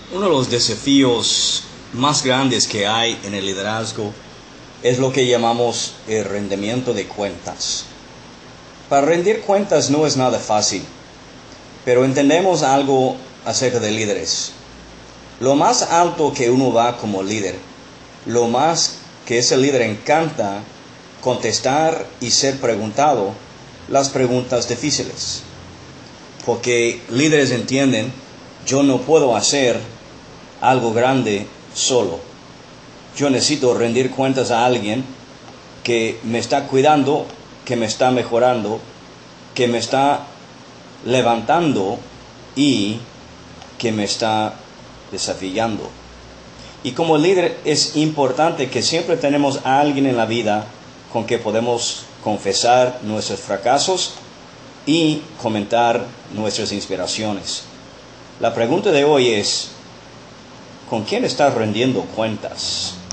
Uno de los desafíos más grandes que hay en el liderazgo es lo que llamamos el rendimiento de cuentas. Para rendir cuentas no es nada fácil, pero entendemos algo acerca de líderes. Lo más alto que uno va como líder, lo más que ese líder encanta contestar y ser preguntado las preguntas difíciles. Porque líderes entienden, yo no puedo hacer algo grande solo. Yo necesito rendir cuentas a alguien que me está cuidando, que me está mejorando, que me está levantando y que me está desafiando. Y como líder es importante que siempre tenemos a alguien en la vida con que podemos confesar nuestros fracasos y comentar nuestras inspiraciones. La pregunta de hoy es, ¿con quién estás rendiendo cuentas?